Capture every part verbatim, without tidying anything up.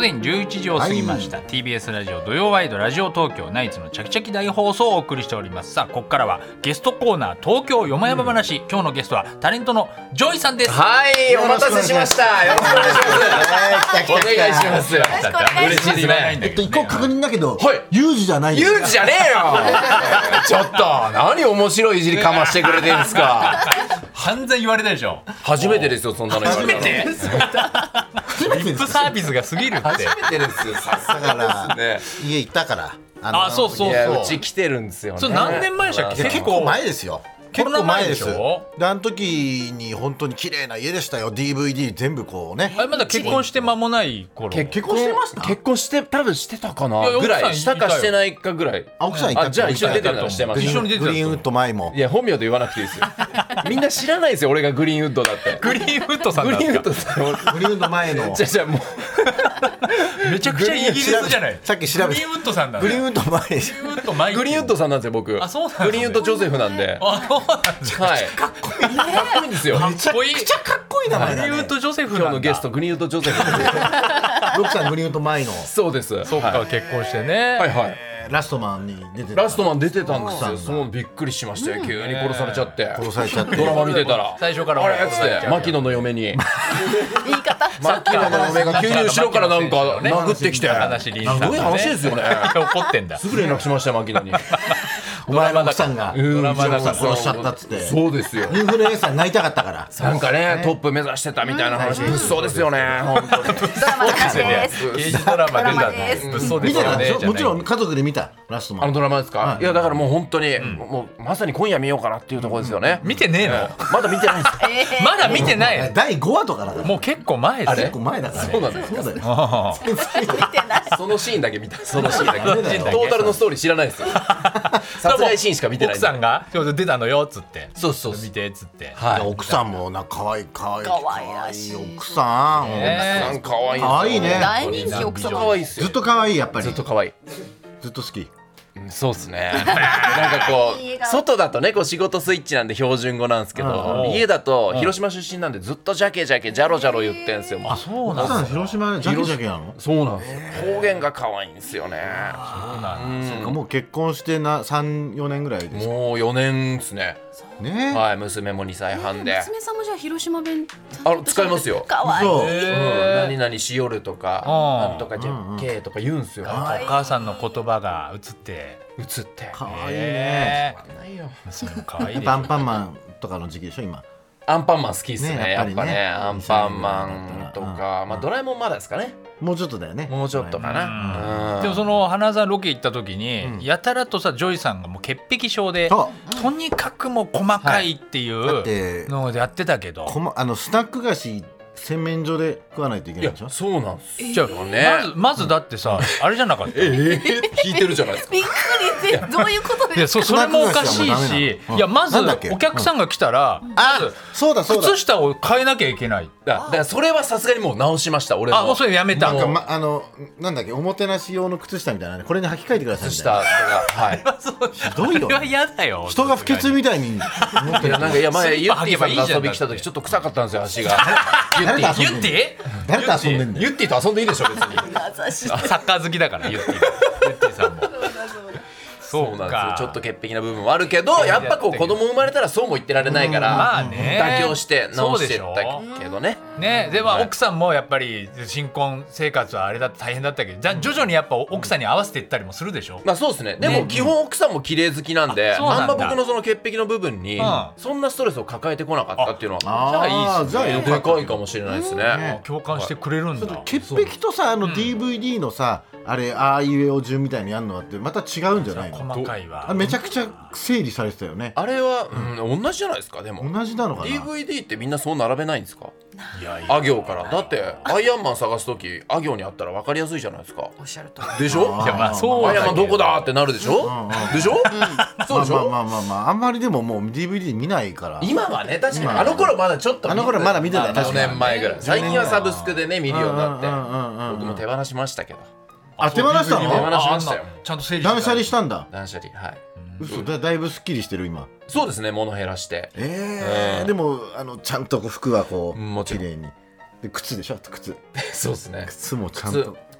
前じゅういちじを過ぎました、はい、ティービーエス ラジオ土曜ワイドラジオ東京ナイツのチャキチャキ大放送をお送りしております。さあここからはゲストコーナー東京よもやま話、うん、今日のゲストはタレントのジョイさんです。 はい、お待たせしました。よろしくお願いしますお願いします。嬉しいですね。 えっと一個確認だけど、はい、ユージじゃないんですか。 ユージじゃねえよちょっと何面白いいじりかましてくれてるんですか犯罪言われたでしょ。 初めてですよ、そんなの言われたの。 初めてリップサービスが過ぎるって。 初めてですよ。さすがですね。 家行ったからああそうそうそう、いやうち来てるんですよね。 それ何年前でしたっけ。 結構前ですよ。結構前です。 であの時に本当に綺麗な家でしたよ。 ディーブイディー 全部こうね。 あれまだ結婚して間もない頃。 結婚してました。 結婚して多分してたかなぐらい、したかしてないかぐらい。 奥さんいた。 じゃあ一緒に出てたらしてます。 一緒に出てた。 グリーンウッド前も。 いや本名と言わなくていいですよみんな知らないですよ俺がグリーンウッドだって。 グリーンウッドさんなんですか。 グリーンウッドさん。 グリーンウッド前の。 じゃじゃもうめちゃくちゃイギリスじゃない。 さっき調べて。 グリーンウッドさんなんだ。 グリーンウッド前。 グリーンウッドさんなんですよ僕。 あそうなんですね。 グリーンウッドジョセフなんで。 あそうなんですか。 はい。かっこいい。かっこいいんですよ。 めちゃくちゃかっこいい名前だね。 グリーンウッドジョセフ今日のゲストグリーンウッドジョセフ。 ロクさんグリーンウッド前の。 そうです。 そっか結婚してね。 はいはい。 ラストマンに出てた。 ラストマン出てたんですよ。そうびっくりしましたよ。急に殺されちゃって。 殺されちゃって。 ドラマ見てたら。 最初からあれっつって牧野の嫁に。 言い方。 牧野の嫁が急に後ろからなんか殴ってきて。 話リンさん。 すごい話ですよね。 怒ってんだ。 すぐ連絡しました牧野に。 お前の奥さんがドラマだから殺しちゃったっつって。 そうですよ。 インフルエンサーになりたかったから。 なんかねトップ目指してたみたいな話。物騒ですよね。本当に。 ドラマです。 刑事ドラマ出たん物騒ですよね。 もちろん家族で見たラストマン。 あのドラマですか。いやだからもう本当にもうまさに今夜見ようかなっていうところですよね。 見てねえの。 まだ見てないんですか。 まだ見てない。 だいごわとかだから。 もう結構前です。 結構前だから。 そうなんです。 そうだよ。 そのシーンだけ見た。そのシーンだけ。トータルのストーリー知らないですよ。殺害シーンしか見てない。 奥さんが今日出たのよっつって。 そうそう見てっつって。 奥さんもな可愛い可愛い可愛らしい奥さん。 奥さん可愛い。 可愛いね。 大人気奥さん。 可愛いですよ。 ずっと可愛いやっぱり。 ずっと可愛い。 ずっと好き。 そうですね。なんかこう外だとねこう仕事スイッチなんで標準語なんですけど、家だと広島出身なんでずっとジャケジャケジャロジャロ言ってんすよ。 あそうなんです。広島ジャケジャケなの？ そうなんです。方言が可愛いんですよね。 そうなんです。 もう結婚してなさん、よねんぐらいですか？ もうよねんですね。 ね。 はい、娘もにさいはんで。 娘さんもじゃあ広島弁あ使いますよ。 可愛い。 何々しよるとかなんとかじゃけとか言うんすよ。 お母さんの言葉が映って映って可愛いね。 可愛い。 アンパンマンとかの時期でしょ今。 アンパンマン好きっすね。やっぱねアンパンマンとかまあドラえもんまだですかね。 もうちょっとだよね。 もうちょっとかな。 でもその花さんロケ行った時にやたらとさジョイさんがもう潔癖症でとにかくもう細かいっていうのをやってたけど、 あのスナック菓子洗面所で食わないといけないでしょ。 そうなんです。 じゃあまずまずだってさあれじゃなかった。 ええ聞いてるじゃないですか。 びっくりでどういうことですか。 それもおかしいし、いやまずお客さんが来たらあそうだそうだ靴下を変えなきゃいけない。 だからそれはさすがにもう直しました俺も。 あもうそれやめた。 なんかあのなんだっけおもてなし用の靴下みたいなねこれに履き替えてくださいみたいな。 靴下がはい。 ひどいよ。 それは嫌だよ。 人が不潔みたいに思ってる。 なんかいや前ユッティさんが遊び来た時ちょっと臭かったんですよ足が。 ユッティユッティ誰と遊んでんだよ。 ユッティと遊んでいいでしょ別に。 サッカー好きだからユッティユッティさんも。 そうなんですよ。ちょっと潔癖な部分はあるけどやっぱこう子供生まれたらそうも言ってられないから妥協して直してったけどね。 ねでも奥さんもやっぱり新婚生活はあれだって大変だったけど徐々にやっぱ奥さんに合わせていったりもするでしょ。 まあそうですね。でも基本奥さんも綺麗好きなんであんま僕のその潔癖の部分にそんなストレスを抱えてこなかったっていうのはじゃあいいですね。でかいかもしれないですね。 共感してくれるんだ。 潔癖とさあの ディーブイディー のさあれああいうえお順みたいにやるのってまた違うんじゃないの。 細かいわ。 めちゃくちゃ整理されてたよね。 あれは、うん、同じじゃないですか。でも同じなのかな。 ディーブイディー ってみんなそう並べないんですか。 いやいやあ行からだってアイアンマン探す時あ行にあったら分かりやすいじゃないですか。 おっしゃるとでしょ。 いやまあそうアイアンマンどこだってなるでしょ。でしょ。そうでしょ。 まあまあまあまああんまりでももう ディーブイディー 見ないから今はね確かにあの頃まだちょっとあの頃まだ見てたよ。 よねんまえぐらい。最近はサブスクでね見るようになって僕も手放しましたけど。 あ手放したの。 手放しましたよ。 ちゃんと整理断捨離したんだ。 断捨離はい。 嘘だ、だいぶすっきりしてる今。 そうですね物減らして。 ええでもあのちゃんと服はこうもちろん綺麗にで靴でしょ靴。 そうですね。 靴もちゃんと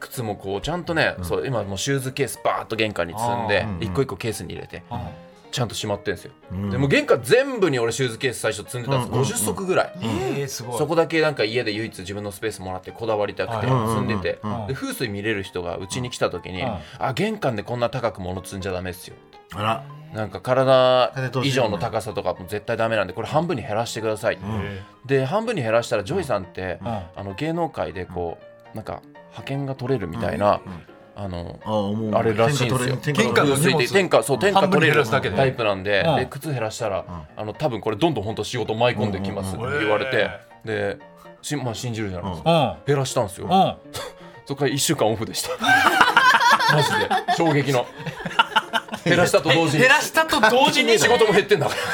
靴もこうちゃんとね、そう今もうシューズケースバーッと玄関に積んで一個一個ケースに入れてちゃんとしまってるんですよ、うん、でも玄関全部に俺シューズケース最初積んでたんです、うん、ごじゅっそくぐらい、うんえー、すごいそこだけなんか家で唯一自分のスペースもらってこだわりたくて積んでて、うん、で風水見れる人がうちに来た時に、うん、あ玄関でこんな高く物積んじゃダメですよあらなんか体以上の高さとかも絶対ダメなんでこれ半分に減らしてください、うん、で半分に減らしたらジョイさんって、うん、あの芸能界でこうなんか派遣が取れるみたいな、うんうんあの あ, あれらしいんですよ。天下の荷物天下そう天下取れるタイプなんで、うん、で靴減らしたら、うん、あの多分これどんどん本当仕事舞い込んできますって言われて、うん、でしまあ信じるじゃないですか。うん、減らしたんですよ。うん、そこからいっしゅうかんオフでした。マジで衝撃の減らしたと同時に減らしたと同時に仕事も減ってんだから、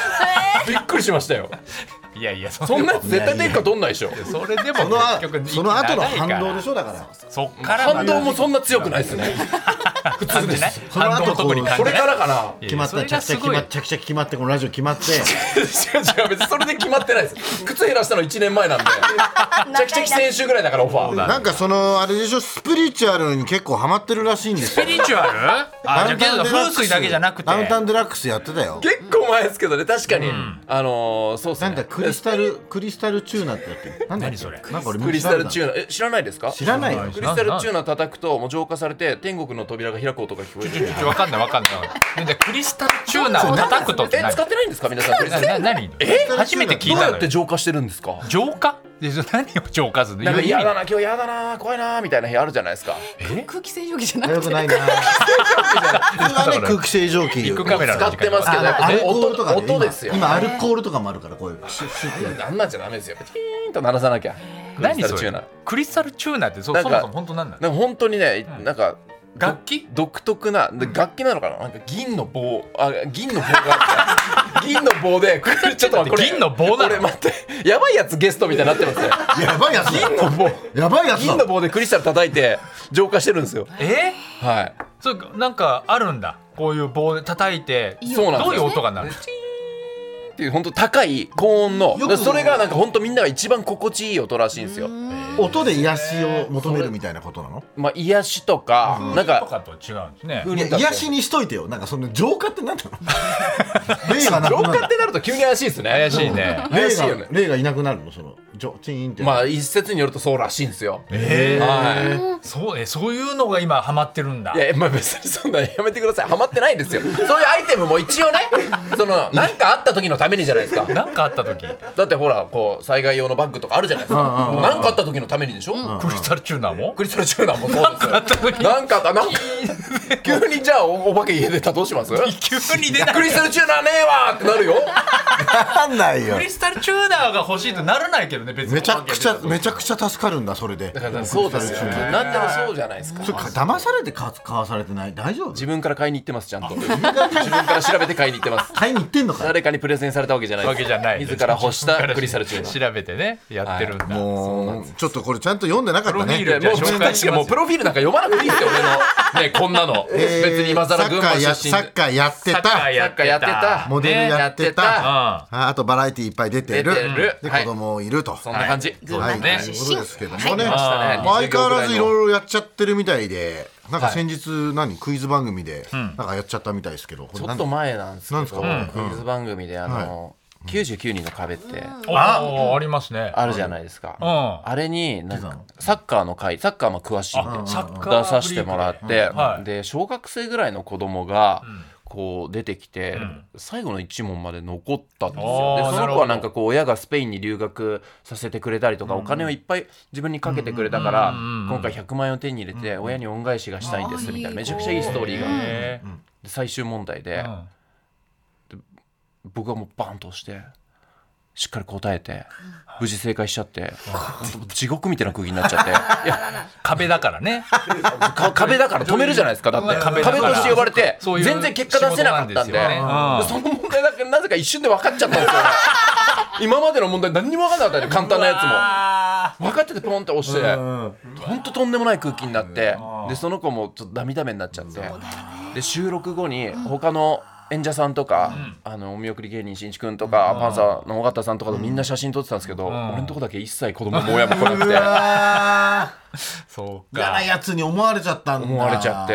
びっくりしましたよ。いやいや そ, そんなやつ絶対天下取んないでしょ。 それでも結局その後の反動でしょだからそっから反動もそんな強くないですね。普通です。 その後こそれからかな決まった着々決まっ着々決まってこのラジオ決まって違う違う別にそれで決まってないです。靴減らしたのいちねんまえなんで着々先週ぐらいだからオファーなんかそのあれでしょスピリチュアルに結構ハマってるらしいんですよ。 スピリチュアルあじゃあけど風水だけじゃなくてダウンタウンデラックスやってたよ。 結構前ですけどね確かに、うん、あのー、そうですね。 なんだクリスタルクリスタルチューナーってやってる。 何それ。 なんか俺クリスタルチューナーえ知らないですか。 知らないよ。 クリスタルチューナー叩くともう浄化されて天国の扉が開く音が聞こえる。 わかんないわかんない。でクリスタルチューナーを叩くとえ使ってないんですか皆さん。 な何え初めて聞いたのよ。 どうやって浄化してるんですか。 浄化で何を浄化する。 なんか嫌だな今日嫌だな怖いなみたいな部屋あるじゃないですか。 え空気清浄機じゃなくて。 よくないな。空気清浄機ビッグカメラ使ってますけどアルコールとか音ですよ。 今アルコールとかもあるからこういうなんなんじゃダメですよ。ピーンと鳴らさなきゃ。 何それ。クリスタルチューナーってそもそも本当なんだ。 なんか本当にねなんか楽器独特な楽器なのかな。なんか銀の棒あ銀の棒があって銀の棒でちょっとこれ銀の棒なの。 これ待ってやばいやつゲストみたいになってますね。 やばいやつ銀の棒やばいやつ銀の棒でクリスタル叩いて浄化してるんですよ。 えー、はいそうなんかあるんだこういう棒で叩いて。 そうなんです。 どういう音が鳴る。 っていう本当高い高音のそれがなんか本当みんなが一番心地いい音らしいんですよ。 音で癒しを求めるみたいなことなの。 まあ癒しとか、うん、なんかとかと違うんですね。 いや癒しにしといてよ。なんかその浄化ってなんだろう。霊がなくなる。浄化ってなると急に怪しいですね。 怪しいね。 怪しいよね。 霊がいなくなるのそのチーンって。 まあ一説によるとそうらしいんですよ。 ええー。はい。そうえそういうのが今ハマってるんだ。 いやまあ別にそんなやめてください。ハマってないんですよ。そういうアイテムも一応ねそのなんかあった時のためにじゃないですか。 なんかあった時。 だってほらこう災害用のバッグとかあるじゃないですか。なんかあった時のためにでしょ。 クリスタルチューナーもクリスタルチューナーもそうですよ。なんかあった時なんかあったなんか急にじゃあ お, お化け家でどうします。 急に出ない。 クリスタルチューナーねえわってなるよ。 なんないよ。 クリスタルチューナーが欲しいとならないけどね別に。 めちゃくちゃめちゃくちゃ助かるんだそれで。 だからそうですよ。なんでもそうじゃないですか。 それ騙されて買わされてない大丈夫。 自分から買いに行ってますちゃんと。自分から調べて買いに行ってます。 買いに行ってんのか。 誰かにプレゼンされたわけじゃない。 わけじゃない。 自ら欲したクリスタルチューナー調べてねやってるんだ。 もうちょっとこれちゃんと読んでなかったね。 もうプロフィールなんか読まなくていいですよ俺のねこんなの。別に今更群馬出身。 サッカーやってた。 サッカーやってた。 モデルやってた。あとバラエティいっぱい出てる。で子供いると。 そんな感じ。 はいね。そういうことですけどもね。相変わらずいろいろやっちゃってるみたいで。なんか先日何クイズ番組でなんかやっちゃったみたいですけど。 ちょっと前なんですけど。クイズ番組であの。きゅうじゅうきゅうにんの壁ってあありますね。 あるじゃないですか。あれになんかサッカーの回サッカーも詳しいんで出させてもらってで小学生ぐらいの子供がこう出てきて最後のいち問まで残ったんですよ。でその子はなんかこう親がスペインに留学させてくれたりとかお金をいっぱい自分にかけてくれたから今回ひゃくまんえんを手に入れて親に恩返しがしたいんですみたいなめちゃくちゃいいストーリーが最終問題で僕はもうバンと押してしっかり答えて無事正解しちゃって地獄みたいな空気になっちゃっていや壁だからね壁だから止めるじゃないですか。だって壁として呼ばれて全然結果出せなかったんでその問題だけなぜか一瞬で分かっちゃったんですよ今までの問題何にも分かんなかったんで簡単なやつも分かっててポンって押してほんととんでもない空気になってでその子もちょっと涙目になっちゃってで収録後に他の演者さんとか、うん、あのお見送り芸人しんいちくんとか、うん、パンサーの尾形さんとかとみんな写真撮ってたんですけど、うん、俺のとこだけ一切子供も親も来なくてそうか嫌なやつに思われちゃったんだ。 思われちゃって、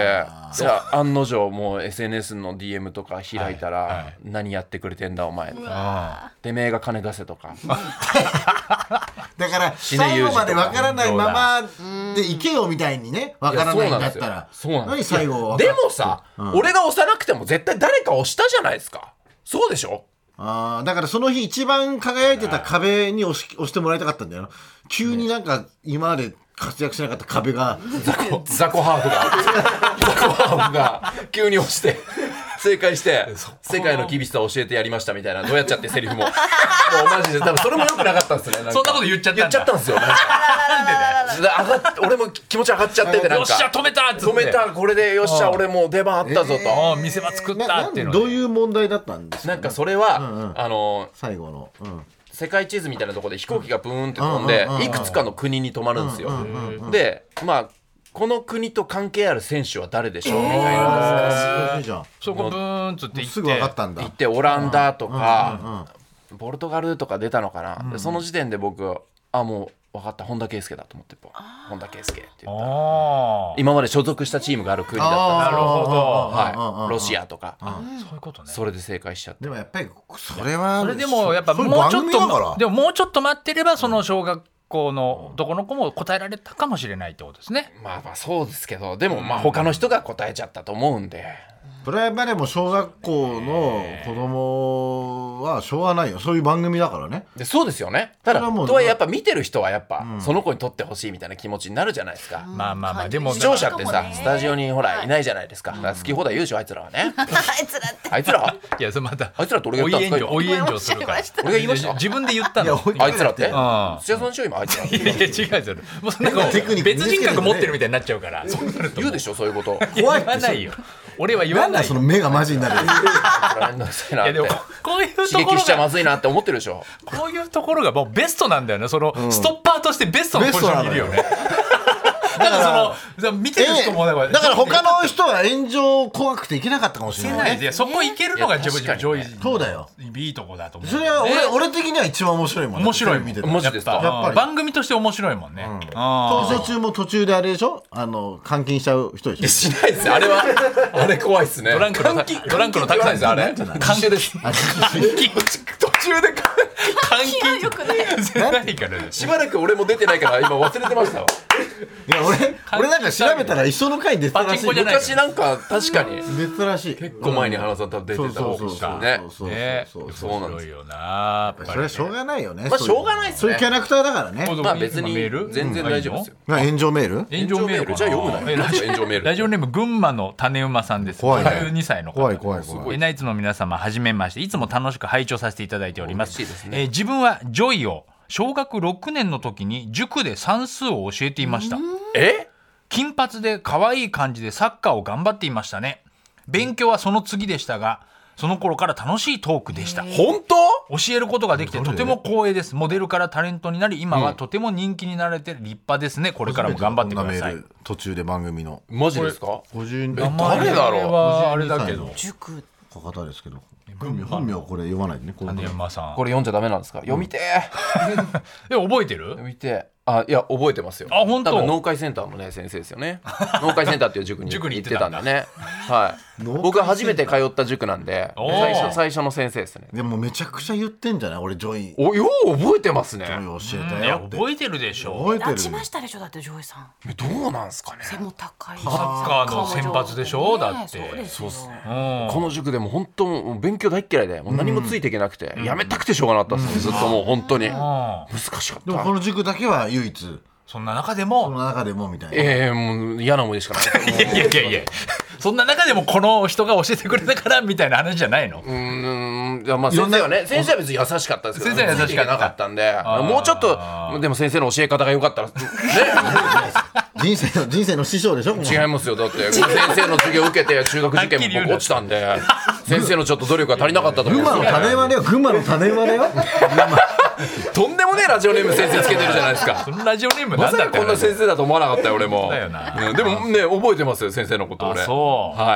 じゃあ案の定もう エスエヌエス の ディーエム とか開いたら、はいはい、何やってくれてんだお前、てめえが金出せとかだから最後までわからないままで行けよみたいにね、わからないんだったらそうなんですよ。 何最後でもさ、うん、俺が押さなくても絶対誰か押したじゃないですか。そうでしょ。 あだからその日一番輝いてた壁に押し、押してもらいたかったんだよな。急になんか今まで活躍しなかった壁がザコザコハーフがザコハーフが急に押して正解して世界の厳しさを教えてやりましたみたいなどうやっちゃってセリフももうマジで多分それも良くなかったんですね。 そんなこと言っちゃったんだ。 言っちゃったんですよ。なんでだ上がっ俺も気持ち上がっちゃってて、なんかよっしゃ止めたっつって止めたこれでよっしゃ俺もう出番あったぞと、 えー、見せ場作ったっていうのどういう問題だったんですか、ね、 なんかそれは、 うんうん、 あの最後の、うん世界地図みたいなところで飛行機がブーンって飛んでいくつかの国に止まるんですよ。でまあこの国と関係ある選手は誰でしょうみたいな、 えー、 そこブーンっつって行ってすぐ分かったんだ。 行ってオランダとかポルトガルとか出たのかな、うん、でその時点で僕あもう分かった本田圭佑だと思って本田圭佑って言ったら今まで所属したチームがある国だったんですよ。 なるほど、 はい、ロシアとかそういうことね。 それで正解しちゃって。 でもやっぱりそれはそれでもやっぱもうちょっとでももうちょっと待ってればその小学校の男の子も答えられたかもしれないってことですね。 まあまあそうですけどでもまあ他の人が答えちゃったと思うんで。 プライマでも小学校の子供はしょうがないよ、そういう番組だからね。でそうですよね。ただとはいえやっぱ見てる人はやっぱ、うん、その子に撮ってほしいみたいな気持ちになるじゃないですか、 うん、まあまあまあでも視聴者ってさスタジオにほらいないじゃないですか、だから好き放題言うでしょあいつらはねあいつらってあいつらいやそれまたあいつらって俺が言ったんですか。 追い炎上するから俺が言いました。 自分で言ったのあいつらって土屋さんでしょ今あいつら。 いやいや違うですよ。もうなんか別人格持ってるみたいになっちゃうからそうなると言うでしょそういうこと怖いって。 言わないよ俺は言わないよ。 その目がマジになるいやでもこういうところ刺激しちゃまずいなって思ってるでしょ。 こういうところがもうベストなんだよね。その、うん、ストッパーとしてベストのポジションにいるよね。だからその見てる人もだから、 えー、だから他の人は炎上怖くていけなかったかもしれない、ね、 そこいけるのが自分の上位そうだよいいとこだと思う。 それは 俺,、えー、俺的には一番面白いもんね。 面白いもん。 マジですか。 やっぱり番組として面白いもんね、うん、 逃走中も途中であれでしょあの監禁しちゃう人でしょ。 しないですあれはあれ怖いっすね。 ドランクのドランクのタクさんですあれ監禁です。監禁途中で監禁よくないからね。 しばらく俺も出てないから今忘れてましたわ。 いや 俺, 俺なんか調べたら一緒の回に出てたらしい。 昔なんか確かに出てたらしい。 結構前に花さん多分出てたそうそうそうね。 そうなんですよな。 それはしょうがないよね。 まあしょうがないっすね。 そういうキャラクターだからね。 まあ別に全然大丈夫ですよ。 炎上メール炎上メールじゃあ読むなよ。炎上メールラジオネーム群馬の種馬さんです。 怖いね。 じゅうにさいの方。 怖い怖い怖い。 ナイツの皆様はじめまして。いつも楽しく拝聴させていただいております。えー、自分はジョイを小学ろくねんの時に塾で算数を教えていました。 え？ 金髪で可愛い感じでサッカーを頑張っていましたね。勉強はその次でしたが、その頃から楽しいトークでした。 本当？ 教えることができてとても光栄です。モデルからタレントになり、今はとても人気になれて立派ですね。これからも頑張ってください。 途中で番組のマジですか？ ごじゅう誰だろう。 はあれだけど塾方ですけど、本名これ読まないでね。これ読んじゃダメなんですか？読みてー。覚えてる？ 読みてー。あいや覚えてますよ。 あ本当。 多分農会センターのね先生ですよね。農会センターっていう塾に行ってたんだね。はい。僕は初めて通った塾なんで最初最初の先生ですね。 でもめちゃくちゃ言ってんじゃない？俺ジョイ。 およう覚えてますね。 ジョイ教えたよって。 覚えてるでしょ。 覚えてる。 立ちましたでしょだってジョイさん。 えどうなんすかね。 背も高い。 サッカーの選抜でしょだって。 そうですね。この塾でも本当勉強大っ嫌いでもう何もついていけなくてやめたくてしょうがなかったですね。ずっともう本当に難しかった。 でもこの塾だけは唯一。 そんな中でもその中でもみたいな。 ええー、もう嫌な思いしかない。 いやいやいやいやそんな中でもこの人が教えてくれたからみたいな話じゃないの？ うーんいやまあ先生はね先生は別に優しかったですけど、 先生は優しかなかったんでもうちょっとでも先生の教え方が良かったらね人生の人生の師匠でしょ。 違いますよだって先生の授業受けて中学受験も僕落ちたんで先生のちょっと努力が足りなかったと思うんですよ。 群馬の種馬だよ群馬の種馬だよ。 とんでもねえラジオネーム先生つけてるじゃないですか。 そのラジオネームまさかこんな先生だと思わなかったよ俺も。 だよな。 でもね覚えてますよ先生のこと俺。 あそう。 はい。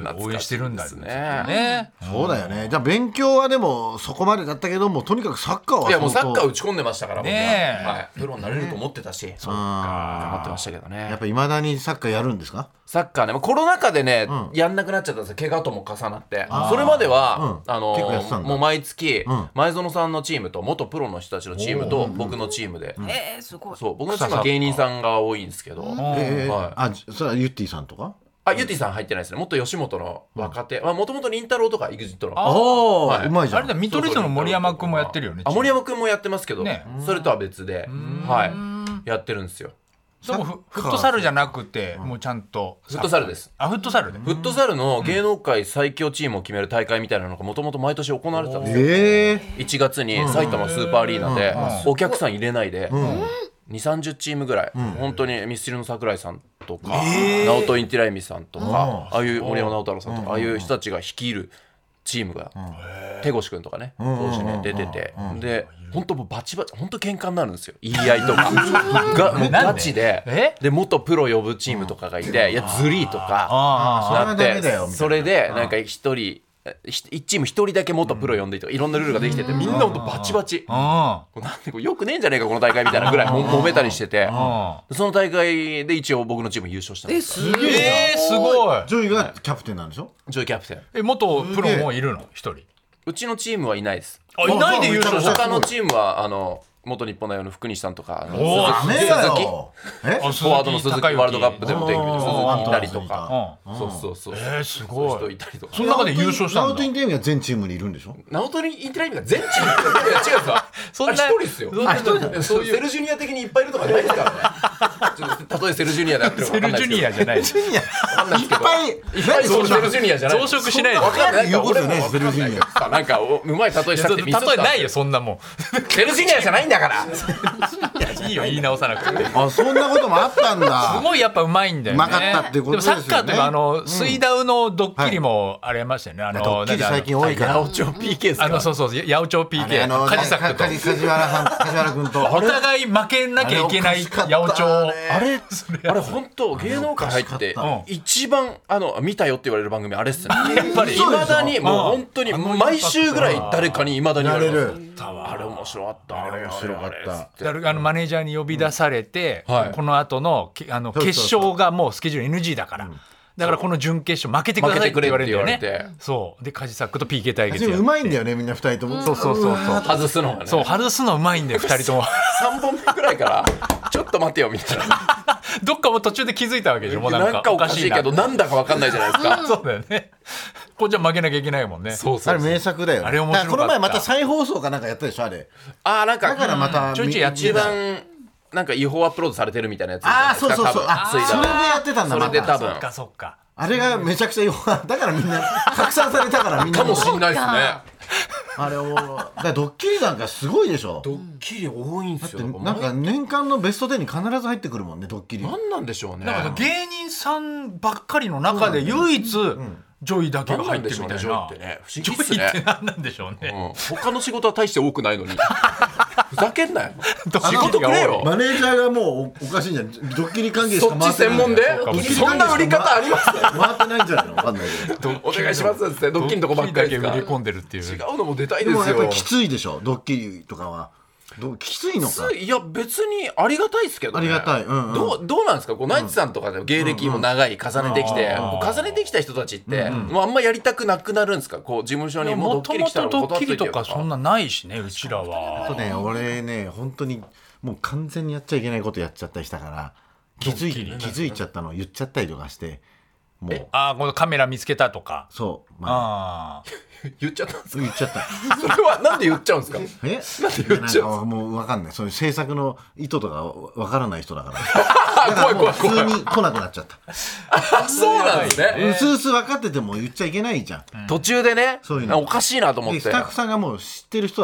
応援してるんだですねね。 そうだよね。じゃあ勉強はでもそこまでだったけども、とにかくサッカーは相当。 いやもうサッカー打ち込んでましたから僕は、 ねえはい、プロになれると思ってたし、そう頑張ってましたけどね。 やっぱいまだにサッカーやるんですか？ サッカーね、コロナ禍でね、うん、やんなくなっちゃったんですよ。怪我とも重なって。それまでは、うん、あのー、もう毎月、うん、前園さんのチームと元プロの人たちのチームと僕のチームで、うん、 えー、すごい。 そう僕のチームは芸人さんが多いんですけど、 えーはい、あそれはユッティさんとか？ あ、ユッティさん入ってないですね。もっと吉本の若手、もともとりんたろーとか イグジット の、 ああ、はい、うまいじゃん。 あれだ、見取り図の森山君もやってるよね。 あ、森山君もやってますけど、ね、それとは別で、はい、やってるんですよ。 でもフットサルじゃなくて、もうちゃんとフットサルです。 あ、フットサルで、 フットサルの芸能界最強チームを決める大会みたいなのがもともと毎年行われてたんですよ。 えー、 いちがつに埼玉スーパーアリーナでお客さん入れないで、うんにじゅう、さんじゅうチームぐらい、うん、本当にミスチルの桜井さんとか、えー、ナオトインティライミさんとか、うん、ああいう森山直太朗さんとか、うん、ああいう人たちが率いるチームが、うん、手越くんとかね、当時ね出てて、うん、で本当もうバチバチ本当喧嘩になるんですよ、言い合いとかがもうガチで、で元プロ呼ぶチームとかがいて、いやズリーとかなって、それでなんか一人一チーム一人だけ元プロ呼んでとかいろんなルールができてて、みんなほんとバチバチ、なんでこれよくねえんじゃねえかこの大会みたいなぐらいも揉めたりしてて、その大会で一応僕のチーム優勝したんですよ。 えすげえ、すごい。 ジョイがキャプテンなんでしょ？ ジョイキャプテン。 え元プロもいるの一人？ うちのチームはいないです。 あ、いないで優勝した。 他のチームはあの元日本代表の福西さんとか、鈴木、フォワードの鈴木、ワールドカップでも天気で鈴木いたりとか、そうそうそう、 えー、すごい人いたりとか。 その中で優勝したんだ。 ナオトインティライミが全チームにいるんでしょ？ ナオトインティライミが全チーム？いや違うさ、そんな一人ですよ。あ、一人。そういうセルジュニア的にいっぱいいるとかじゃないですからね。たとえセルジュニアであってるか分かんないですけど。セルジュニアじゃない。 ジュニア。いっぱいいっぱいそうセルジュニアじゃない。 増殖しないで。 分かんない。 言うことよね、セルジュニア。 なんかうまい例えしたくてミスった。 例えないよそんなもん。 セルジュニアじゃないんだから。 いいよ言い直さなくて。 あ、そんなこともあったんだ。 すごいやっぱうまいんだよね。 うまかったっていうことですよね。 でもサッカーとかあの水ダウのドッキリもありましたよね。あのドッキリ最近多いから。 八百長 ピーケー ですか。 あのそうそう八百長 ピーケー。カジサックと梶原さん、梶原君とお互い負けなきゃいけない八百長。 あれあれ本当芸能界入って一番あの見たよって言われる番組あれっすね。やっぱり未だにもう本当に毎週ぐらい誰かに未だに言われる。あれ面白かった。 あれ面白かった。 あのマネージャーに呼び出されて、うんはい、この後のあの決勝がもうスケジュール エヌジー だから、うん、だからこの準決勝負けてくださいって言われるよね。そうでカジサックと ピーケー 対決やって。 うまいんだよねみんなふたりとも。 そうそうそうそう。 外すのがね。 そう外すのうまいんだよふたりとも。 さんぼんめくらいからちょっと待てよみたいな。 どっかも途中で気づいたわけでしょ。もうなんかなんかおかしいけどなんだか分かんないじゃないですか。 そうだよね。これじゃ負けなきゃいけないもんね。 そうそうそう。あれ名作だよね。 あれ面白かった。 この前また再放送かなんかやったでしょあれ。 あ、なんかだからまたちょいちょいやってた。 一番なんか違法アップロードされてるみたいなやつ。 ああそうそうそう。あ、それでやってたんだ。 それで多分。 そっかそっか。 あれがめちゃくちゃ違法だからみんな拡散されたからみんな。 かもしんないですね。 あれをだドッキリなんかすごいでしょ。 ドッキリ多いんですよ。 なんか年間のベストテンに必ず入ってくるもんねドッキリ。 何なんでしょうね。 だから芸人さんばっかりの中で唯一ジョイだけが入ってるみたいな。 ジョイってね不思議っすね。 ジョイって何なんでしょうね。 他の仕事は大して多くないのにふざけんなよ。仕事くれよ。 マネージャーがもうおかしいんじゃん。ドッキリ関係しか回ってない。 そっち専門でそんな売り方あります？ 回ってないんじゃないの分かんないけど。 お願いしますってドッキリのとこばっかりですか。 売り込んでるっていう。 違うのも出たいですよ。 でもやっぱりきついでしょドッキリとかは。どきついのか。 いや別にありがたいですけどね。 ありがたい、うんうん、 どうどうなんですかこうナイツさんとかで芸歴も長い重ねてきて、うんうん、重ねてきた人たちって、うんうん、もうあんまやりたくなくなるんですかこう事務所にもうドッキリ来たらもともとドッキリとかそんなないしねうちらは。 あとね俺ね本当にもう完全にやっちゃいけないことやっちゃったりしたから気づい気づいちゃったのを言っちゃったりとかしてもうあこのカメラ見つけたとか。 そう、 まあ、あ言っちゃったんですか。 言っちゃったそれはなんで言っちゃうんですか。 えなんで言っちゃうんですか。 もう分かんないそういう制作の意図とか分からない人だからだからもう普通に来なくなっちゃった。 あそうなんですね。 うすうす分かってても言っちゃいけないじゃん、 うん、途中でねそういうのおかしいなと思ってスタッフさんがもう知ってる人だったの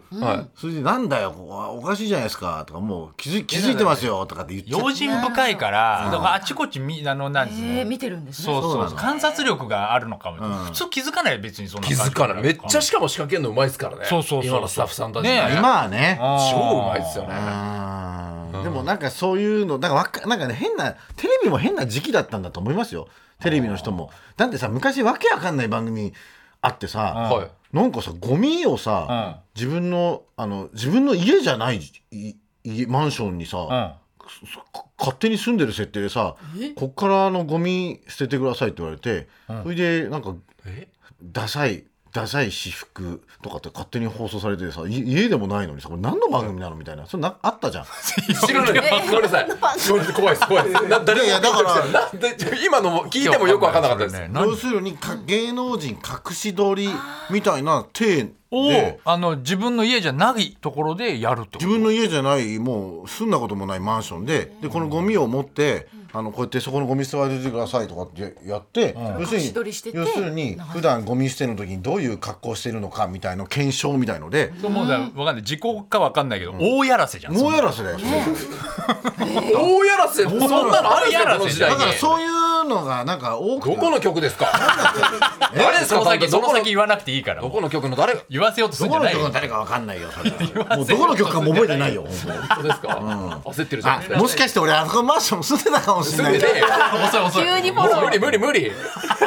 はい、 それでなんだよおかしいじゃないですかとかもう気づ気づいてますよとかって言っちゃって用心深いからだからあちこちみあのなんですね、 えー、見てるんですね。 そうそうそう観察力があるのかも、うん、普通気づかない別にそんな気づかないめっちゃしかも仕掛けるのうまいですからね。 そうそうそう今のスタッフさんたちね今はね超うまいですよね。 でもなんかそういうのなんかわかなんかね変なテレビも変な時期だったんだと思いますよテレビの人も。だってさ昔わけわかんない番組あってさ、はい、なんかさゴミをさ、うん、自分のあの自分の家じゃない家マンションにさ、うん、勝手に住んでる設定でさこっからのゴミ捨ててくださいって言われて、うん、それでなんかダサいダサい私服とかって勝手に放送されてさ家でもないのにさこれ何の番組なのみたいなそれなあったじゃん。 知らないごめんなさい怖いです怖いですな誰もいやだから今のも聞いてもよく分かんなかったです。 要するに芸能人隠し撮りみたいな体であの自分の家じゃないところでやるってこと。 自分の家じゃないもう住んだこともないマンションででこのゴミを持ってあのこうやってそこのゴミ捨て場で出てくださいとかってやって、うん、要するに要するに普段ゴミ捨ての時にどういう格好してるのかみたいな検証みたいので、 うん、もうだ分かんない時効か分かんないけど、うん、大やらせじゃん。 大やらせだよ。 大やらせそんなのあるやらせだからそういうのがなんか多くて。 どこの曲ですか。 誰その先その先言わなくていいから。 どこの曲の誰が言わせようとするんじゃないよ。 どこの曲の誰か分かんないよ。それもうどこの曲かも覚えてないよ。 本当ですか。うん、焦ってるじゃないですか。 もしかして俺あそこマンション住んでたかもしれない。 遅い遅い急にフォロー無理無理無理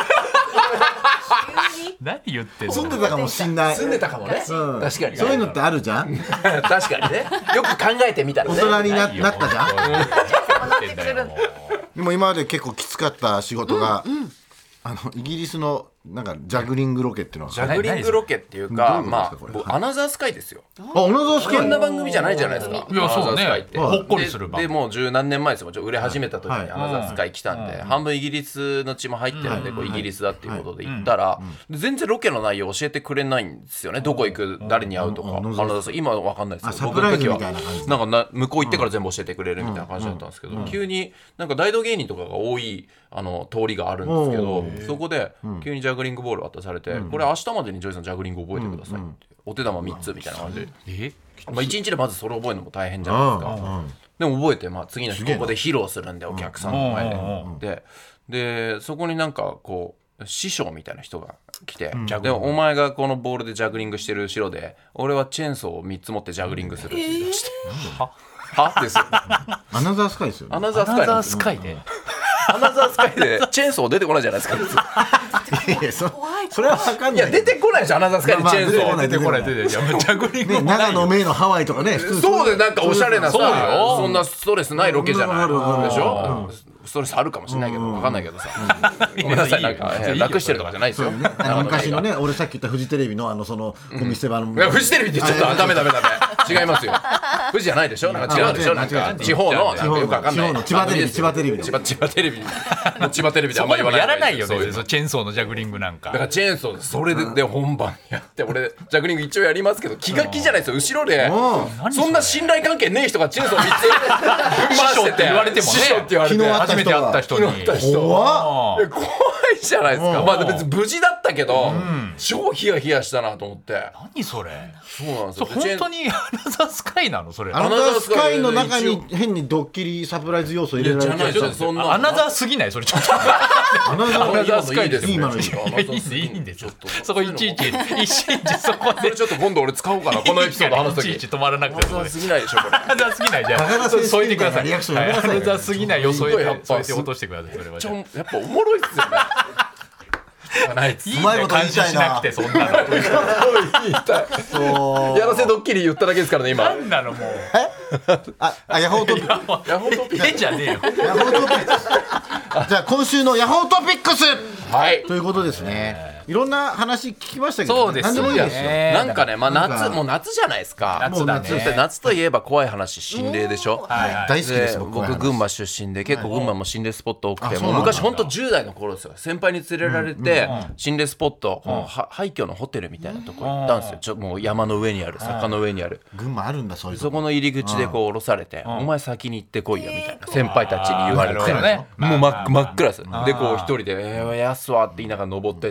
何言ってんの。 住んでたかもしんない。 住んでたかもね、うん、確かにそういうのってあるじゃん確かにねよく考えてみたら、ね、 大人に な, なったじゃんでも今まで結構きつかった仕事が、うんうん、あのイギリスのなんかジャグリングロケっていうのはジャグリングロケっていうかまあアナザースカイですよ。 あアナザースカイこんな番組じゃないじゃないですか。 いやそうねほっこりする番組で, でもう十何年前ですよ。売れ始めた時にアナザースカイ来たんで、はい、半分イギリスの血も入ってるんで、うん、こうイギリスだっていうことで言ったら、うん、全然ロケの内容教えてくれないんですよね。どこ行く誰に会うとか、うん、アナザースカイ今は分かんないですよ。 サプライズみたいな感じなんかな向こう行ってから全部教えてくれるみたいな感じだったんですけど、うん、急になんか大道芸人とかが多いあの通りがあるんですけど、そこで急にジャグリングボール渡されて、うん、これ明日までにジョイさんジャグリング覚えてくださいって、うんうん、お手玉みっつみたいな感じで、えまあ、いちにちでまずそれ覚えるのも大変じゃないですか、うんうん、でも覚えて、まあ、次の日ここで披露するんでお客さんの前で、うんうん、で, でそこになんかこう師匠みたいな人が来て、うん、でお前がこのボールでジャグリングしてる後ろで俺はチェーンソーをみっつ持ってジャグリングするって言い出して、えー、ははですよアナザースカイですよ、ね、 アナザースカイでアナザースカイでチェーンソー出てこないじゃないですかいや そ, それは分かんない。いや出てこないでしょアナザースカイでチェーンソー、まあ、 出てこない出てこない出てこないジャグリングもね、長野メイのハワイとかねそうでなんかおしゃれなさ そ, そんなストレスないロケじゃないでしょ、うんストレスあるかもしれないけど分かんないけどさ、うん、ごめんなさいなんか楽してるとかじゃないですよ、ね、 昔のね俺さっき言ったフジテレビのあのそのゴミ捨て場の、うん、 フジテレビってちょっとダメダメダメ違いますよフジじゃないでしょなんか違うでしょなんか地方のなんかよく分かんない千葉テレビ千葉テレビ千葉千葉テレビ千葉テレビであんまり言わないやらないよねチェーンソーのジャグリングなんかだからチェーンソーそれで本番やって俺ジャグリング一応やりますけど気が気じゃないですよ後ろでそんな信頼関係ねえ人がチェーンソーみっつ師匠って言われてもね昨日初めて会った人に怖っ怖いじゃないですか。まあ別に無事だったけど、うん、超ヒヤヒヤしたなと思って。 何それ。 そうなんですよ。 本当にアナザースカイなのそれ。 アナザースカイの中に変にドッキリサプライズ要素入れられてるじゃないそんな。 アナザーすぎないそれちょっと。 アナザースカイですよ。 今のいいいいんですよ。そこいちいちいちいちそこで。 それちょっと今度俺使おうかなこのエピソード話すとき。 いちいち止まらなくて。 アナザーすぎないでしょこれ。 アナザーすぎないじゃん。添えてください。アナザーすぎないを添えて添えて落としてくださいそれは。 やっぱおもろいっすよね。 ないいいね感謝しなくてそんなの言いたいやらせドッキリ言っただけですからね今なんなのもうああヤホートピックヤホートピックじゃねえよヤホートピックじゃあ今週のヤホートピックスはいということですねいろんな話聞きましたけど、 そうです何でもいいですよなんかね、まあ、夏もう夏じゃないですか夏だね夏, 夏といえば怖い話心霊でしょ、 はいはい、大好きですよ僕群馬出身で結構群馬も心霊スポット多くて、はい、もう昔ほんとじゅう代の頃ですよ先輩に連れられて、うんうん、心霊スポット、うん、廃墟のホテルみたいなとこ行ったんですよちょもう山の上にある坂の上にある群馬あるんだそういうとこそこの入り口でこう降ろされてお前先に行ってこいよみたいな先輩たちに言われて、ね、もう真っ暗ですでこう一人でえーやすわって言いながら登ってって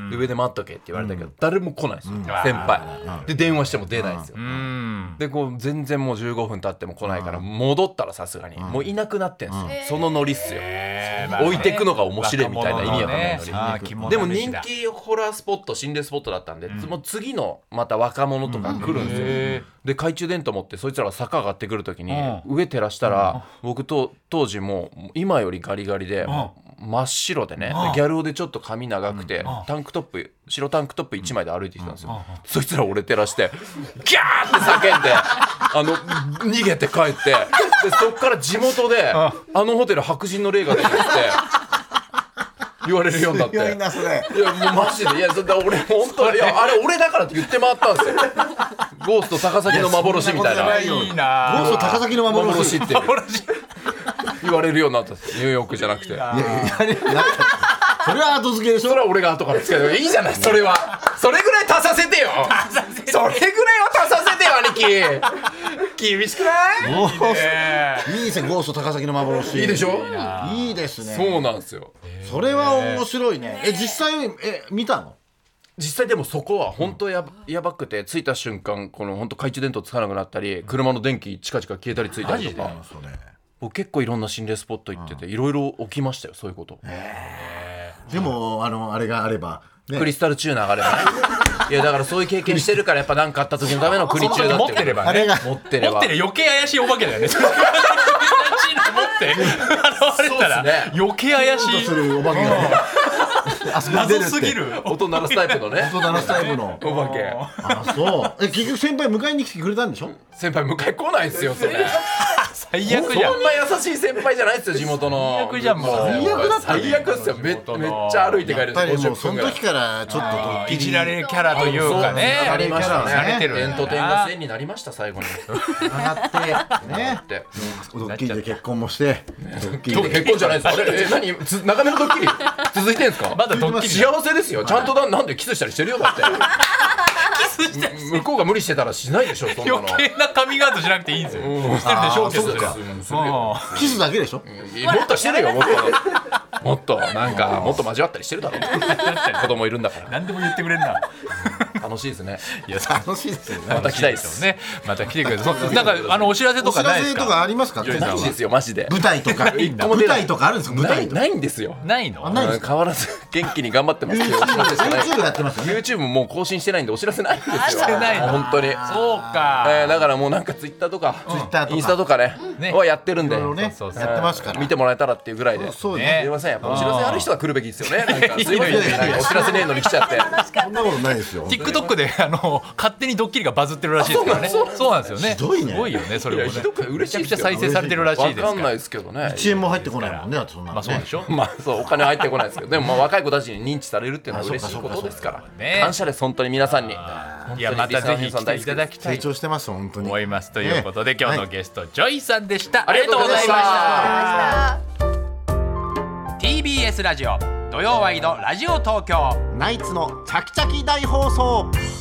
で上で待っとけって言われたけど、誰も来ないですよ、先輩で電話しても出ないんですよ。でこう全然もうじゅうごふん経っても来ないから戻ったらさすがにもういなくなってんですよ、そのノリっすよ、置いてくのが面白いみたいな意味わかんないノリでも人気ホラースポット心霊スポットだったんで、もう次のまた若者とか来るんですよ。で懐中電灯持ってそいつらが坂上がってくる時に上照らしたら、僕と当時もう今よりガリガリで真っ白でね、ギャル男でちょっと髪長くてタンクトップ白タンクトップいちまいで歩いてきたんですよ。そいつら俺照らしてギャーって叫んであの逃げて帰って、でそっから地元であのホテル白人の霊が出てきて言われるようになって、 強いなそれ。 いやもうマジで、いやだ俺本当いやあれ俺だからって言って回ったんですよ。ゴースト高崎の幻みたいな。 いいな。 ゴースト高崎の幻幻って言われるようになったんです。ニューヨークじゃなくて。いやいやそれは後付けでしょ。 それは俺が後からつけていいじゃない。それはそれぐらい足させてよ。それぐらいは足させてよ兄貴。厳しくない？ いいですね、ゴースト高崎の幻。 いいでしょ。 いいですね。 そうなんですよ。 それは面白いね。え実際え見たの？ 実際でもそこは本当 や, やばくて、着いた瞬間この本当懐中電灯つかなくなったり、車の電気チカチカ消えたりついたりとか。僕結構いろんな心霊スポット行ってていろいろ起きましたよ、そういうこと。 でもあのあれがあれば、 ね、クリスタルチューナーがあればねいやだからそういう経験してるからやっぱ何かあった時のためのクリチューだって持ってればね、 あれが持ってれば持ってる余計怪しいお化けだよね。持って現れたら余計怪しいするお化けがねあそこに出るって謎すぎる音鳴らすタイプのね音鳴らすタイプのお化け。 あそうえ結局先輩迎えに来てくれたんでしょ。 先輩迎え来ないですよそれ。 最悪じゃん。 そんな優しい先輩じゃないですよ地元の。 最悪じゃんもう。 最悪だったね。 最悪ですよ。めめっちゃ歩いて帰る。 やっぱりもうその時からちょっとドッキリいじられキャラというかね、 ありましたね。 されてる点と点が線になりました最後に。 上がってねってドッキリで結婚もしてドッキリで結婚じゃないです。あれえ何つ長めのドッキリ続いてんですか。 まだドッキリ幸せですよ。ちゃんとだなんでキスしたりしてるよだって。向こうが無理してたらしないでしょそんなの。 余計なカミングアウトしなくていいんですよ。してるでしょうけど。 そうかキスだけでしょ。 もっとしてるよもっともっとなんかもっと交わったりしてるだろう。子供いるんだから何でも言ってくれるな。 楽しいですね。 いや楽しいですよね。 また来たいですね。また来てくれて、なんかあのお知らせとかないですか。 お知らせとかありますか。 ないんですよマジで。 舞台とか舞台とかあるんですか。舞台ないんですよ。 ないの。 変わらず元気に頑張ってますけど。 YouTube やってますよね。 YouTube ももう更新してないんでお知らせないんですよ。 してないの。 本当に。 そうか。 えー、だからもうなんか Twitter とか Twitter とかインスタとかねはやってるんで、 やってますから見てもらえたらっていうぐらいで。 そうね。 すいません、やっぱお知らせある人は来るべきですよね。なんかすいません、お知らせねえのに来ちゃって。 そんなことないですよ。 TikTok であの勝手にドッキリがバズってるらしいですからね。そうなんですよね。 ひどいね。 すごいよねそれもね。 ひどく嬉しい。 めちゃくちゃ再生されてるらしいですから。 わかんないですけどね。 いちえんも入ってこないもんね。あとそんな。 まあそうでしょ。 まあそうお金入ってこないですけど、でもまあ若い子たちに認知されるっていうのは嬉しいことですから。感謝です本当に皆さんに。 いやまたぜひ来ていただきたい。 成長してます本当に。 思いますということで今日のゲストジョイさんでした。 ありがとうございました。 ティービーエス ラジオ土曜ワイドラジオ東京ナイツのチャキチャキ大放送。